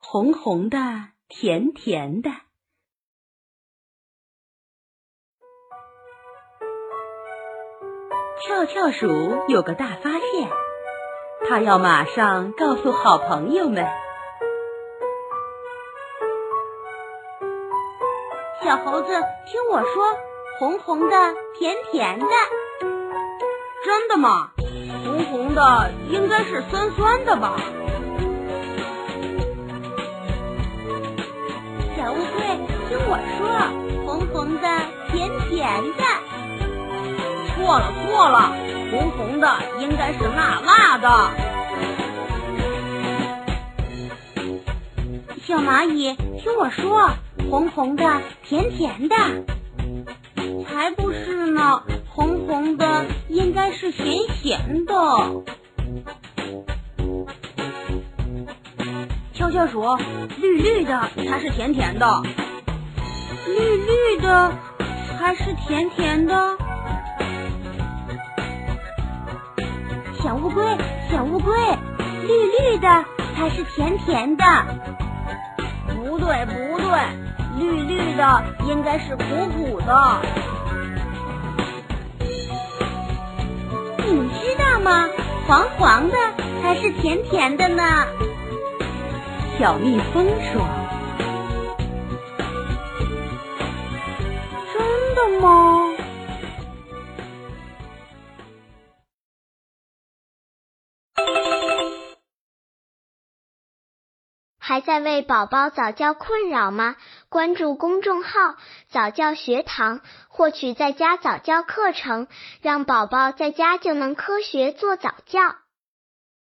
红红的，甜甜的。跳跳鼠有个大发现，它要马上告诉好朋友们。 小猴子，听我说，红红的，甜甜的。 真的吗？红红的应该是酸酸的吧？ 小乌龟，听我说，红红的，甜甜的。 错了，红红的应该是辣辣的。 小蚂蚁，听我说，红红的，甜甜的。才不是呢，红红的应该是咸咸的。 跳跳鼠，绿绿的才是甜甜的。 绿绿的才是甜甜的。小乌龟，绿绿的才是甜甜的。 不对，绿绿的应该是苦苦的。 你知道吗？黄黄的才是甜甜的呢。 小蜜蜂说： 真的吗？ 还在为宝宝早教困扰吗？关注公众号早教学堂，获取在家早教课程，让宝宝在家就能科学做早教。